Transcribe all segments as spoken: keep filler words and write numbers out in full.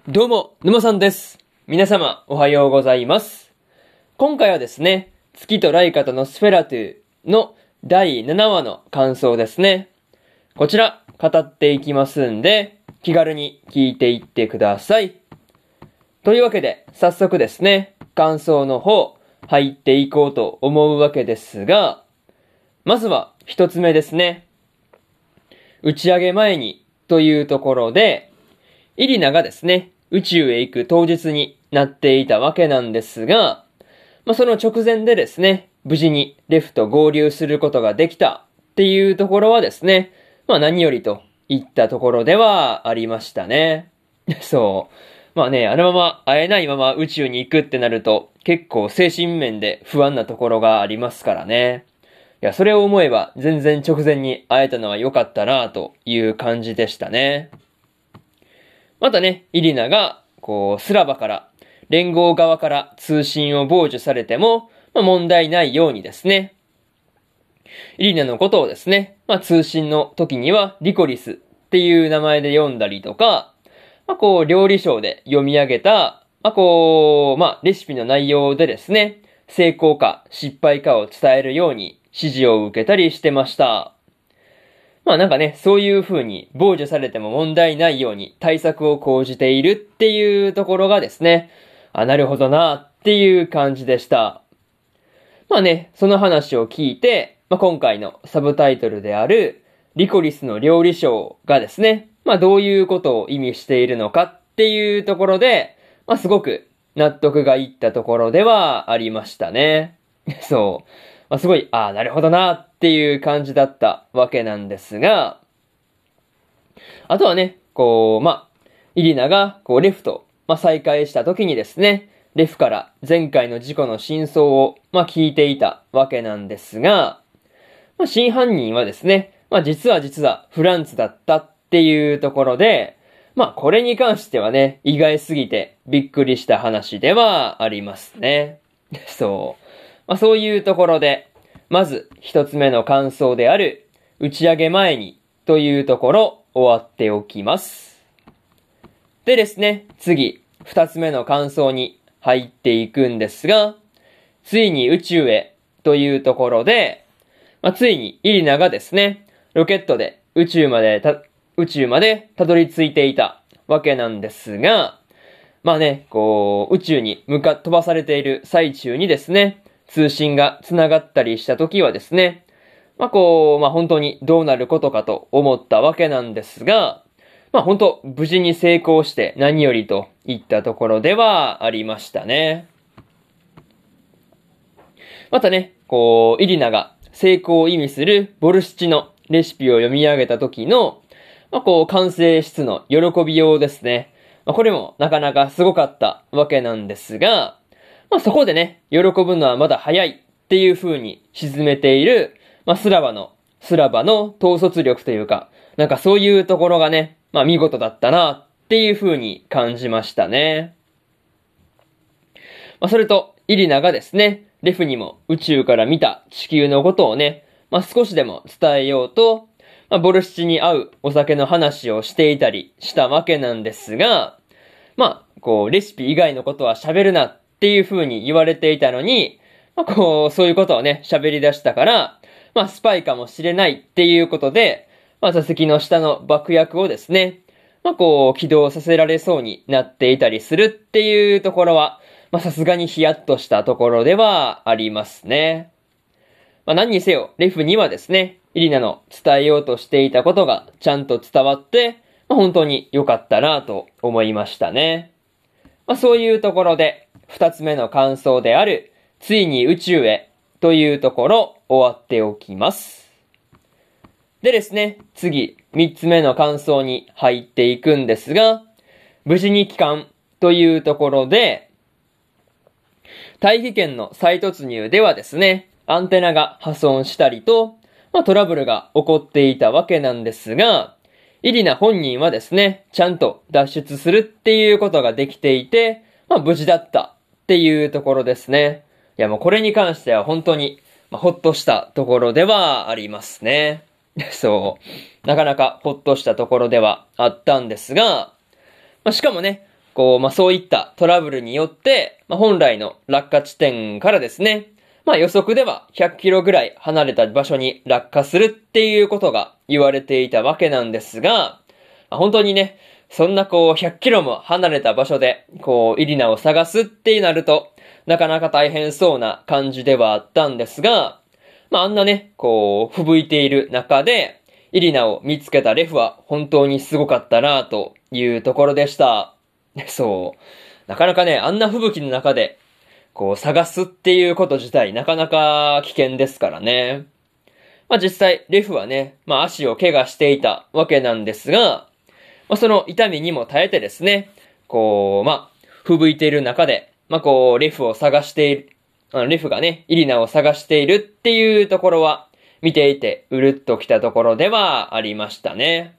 どうも、沼さんです。皆様、おはようございます。今回はですね、月とライカとノスフェラトゥのだいななわの感想ですね。こちら、語っていきますんで、気軽に聞いていってください。というわけで、早速ですね、感想の方、入っていこうと思うわけですが、まずは一つ目ですね。打ち上げ前にというところで、イリナがですね、宇宙へ行く当日になっていたわけなんですが、まあ、その直前でですね、無事にレフと合流することができたっていうところはですね、まあ何よりといったところではありましたね。そう。まあね、あのまま会えないまま宇宙に行くってなると結構精神面で不安なところがありますからね。いや、それを思えば全然直前に会えたのは良かったなという感じでしたね。またね、イリナが、こう、スラバから、連合側から通信を傍受されても、まあ、問題ないようにですね、イリナのことをですね、まあ、通信の時にはリコリスっていう名前で読んだりとか、まあ、こう、料理書で読み上げた、まあ、こう、まあ、レシピの内容でですね、成功か失敗かを伝えるように指示を受けたりしてました。まあなんかね、そういう風に傍受されても問題ないように対策を講じているっていうところがですね、あ、なるほどなっていう感じでした。まあね、その話を聞いて、まあ今回のサブタイトルであるリコリスの料理賞がですね、まあどういうことを意味しているのかっていうところで、まあすごく納得がいったところではありましたね。そう。まあすごい、ああ、なるほどなっていう感じだったわけなんですが、あとはね、こう、まあ、イリナが、こう、レフと、まあ、再会した時にですね、レフから前回の事故の真相を、まあ、聞いていたわけなんですが、まあ、真犯人はですね、まあ、実は実はフランツだったっていうところで、まあ、これに関してはね、意外すぎてびっくりした話ではありますね。そう。まあ、そういうところで、まず一つ目の感想である、打ち上げ前にというところ終わっておきます。でですね、次、二つ目の感想に入っていくんですが、ついに宇宙へというところで、まあ、ついにイリナがですね、ロケットで宇宙までた、宇宙までたどり着いていたわけなんですが、まあね、こう、宇宙に向か、飛ばされている最中にですね、通信が繋がったりした時はですね、まあこう、まあ本当にどうなることかと思ったわけなんですが、まあ本当、無事に成功して何よりといったところではありましたね。またね、こう、イリナが成功を意味するボルシチのレシピを読み上げた時の、まあこう、完成室の喜びようですね。まあこれもなかなかすごかったわけなんですが、まあそこでね、喜ぶのはまだ早いっていう風に沈めている、まあスラバの、スラバの統率力というか、なんかそういうところがね、まあ見事だったなっていう風に感じましたね。まあそれと、イリナがですね、レフにも宇宙から見た地球のことをね、まあ少しでも伝えようと、まあボルシチに合うお酒の話をしていたりしたわけなんですが、まあ、こう、レシピ以外のことは喋るなっていう風に言われていたのに、まあ、こう、そういうことをね、喋り出したから、まあ、スパイかもしれないっていうことで、まあ、座席の下の爆薬をですね、まあ、こう、起動させられそうになっていたりするっていうところは、まあ、さすがにヒヤッとしたところではありますね。まあ、何にせよ、レフにはですね、イリナの伝えようとしていたことがちゃんと伝わって、まあ、本当に良かったなと思いましたね。まあ、そういうところで、二つ目の感想である、ついに宇宙へというところ終わっておきます。でですね、次、三つ目の感想に入っていくんですが、無事に帰還というところで、大気圏の再突入ではですね、アンテナが破損したりと、まあ、トラブルが起こっていたわけなんですが、イリナ本人はですね、ちゃんと脱出するっていうことができていて、まあ無事だったっていうところですね。いやもうこれに関しては本当に、まあ、ほっとしたところではありますね。そう。なかなかほっとしたところではあったんですが、まあ、しかもね、 こう、まあ、そういったトラブルによって、まあ、本来の落下地点からですね、まあ、予測ではひゃっキロぐらい離れた場所に落下するっていうことが言われていたわけなんですが、まあ、本当にね、そんなこうひゃっキロも離れた場所で、こう、イリナを探すってなると、なかなか大変そうな感じではあったんですが、まあ、あんなね、こう、吹雪いている中で、イリナを見つけたレフは本当にすごかったなというところでした。そう。なかなかね、あんな吹雪の中で、こう、探すっていうこと自体なかなか危険ですからね。まあ、実際、レフはね、まあ、足を怪我していたわけなんですが、まあ、その痛みにも耐えてですね、こう、まあ、吹雪いている中で、まあ、こう、レフを探している、あのレフがね、イリナを探しているっていうところは、見ていて、うるっときたところではありましたね。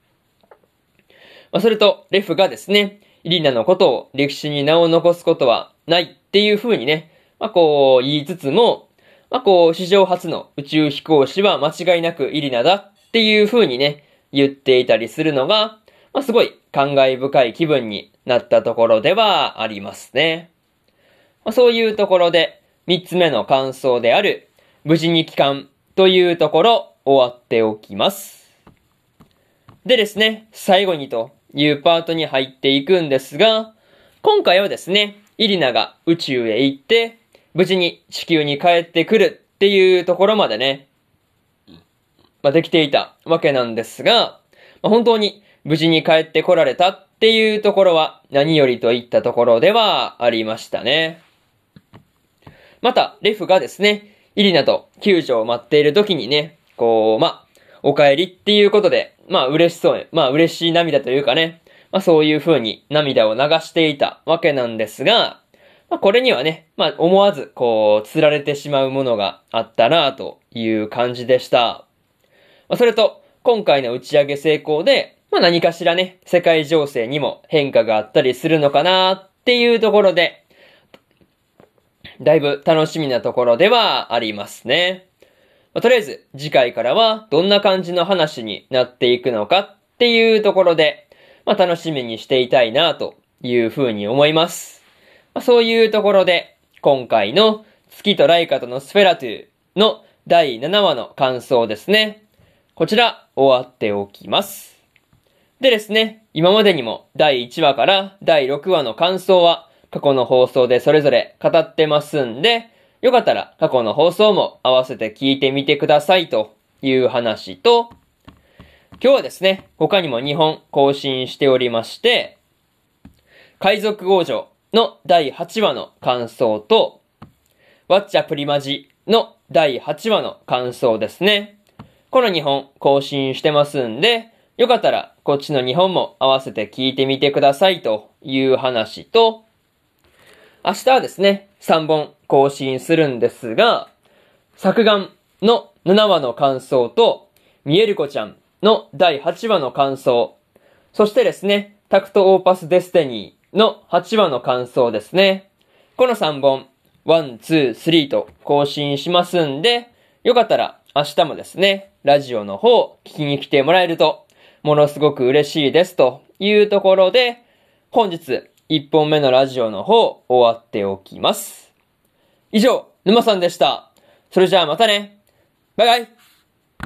まあ、それと、レフがですね、イリナのことを歴史に名を残すことはないっていう風にね、まあ、こう、言いつつも、まあ、こう、史上初の宇宙飛行士は間違いなくイリナだっていう風にね、言っていたりするのが、まあ、すごい感慨深い気分になったところではありますね。まあ、そういうところで、三つ目の感想である、無事に帰還というところ、終わっておきます。でですね、最後にというパートに入っていくんですが、今回はですね、イリナが宇宙へ行って、無事に地球に帰ってくるっていうところまでね、まあ、できていたわけなんですが、まあ、本当に無事に帰ってこられたっていうところは何よりといったところではありましたね。また、レフがですね、イリナと救助を待っている時にね、こう、まあ、お帰りっていうことで、まあ嬉しそう、まあ嬉しい涙というかね、まあそういう風に涙を流していたわけなんですが、まあこれにはね、まあ思わずこう、釣られてしまうものがあったなという感じでした。まあそれと、今回の打ち上げ成功で、まあ何かしらね、世界情勢にも変化があったりするのかなっていうところで、だいぶ楽しみなところではありますね。まあ、とりあえず次回からはどんな感じの話になっていくのかっていうところで、まあ、楽しみにしていたいなというふうに思います。まあ、そういうところで今回の月とライカとのスフェラトゥのだいななわの感想ですね。こちら終わっておきます。でですね、今までにもだいいちわからだいろくわの感想は過去の放送でそれぞれ語ってますんで、よかったら過去の放送も合わせて聞いてみてくださいという話と、今日はですね、他にもにほん更新しておりまして、海賊王女のだいはちわの感想と、ワッチャプリマジのだいはちわの感想ですね。このにほん更新してますんで、よかったらこっちのにほんも合わせて聞いてみてくださいという話と、明日はですね、さんぼん更新するんですが、作眼のななわの感想と、ミエルコちゃんのだいはちわの感想、そしてですね、タクトオーパスデスティニーのはちわの感想ですね。このさんぼん、ワン、ツー、スリーと更新しますんで、よかったら明日もですね、ラジオの方聞きに来てもらえると、ものすごく嬉しいですというところで、本日、いっぽんめのラジオの方、終わっておきます。以上、沼さんでした。それじゃあまたね。バイバイ。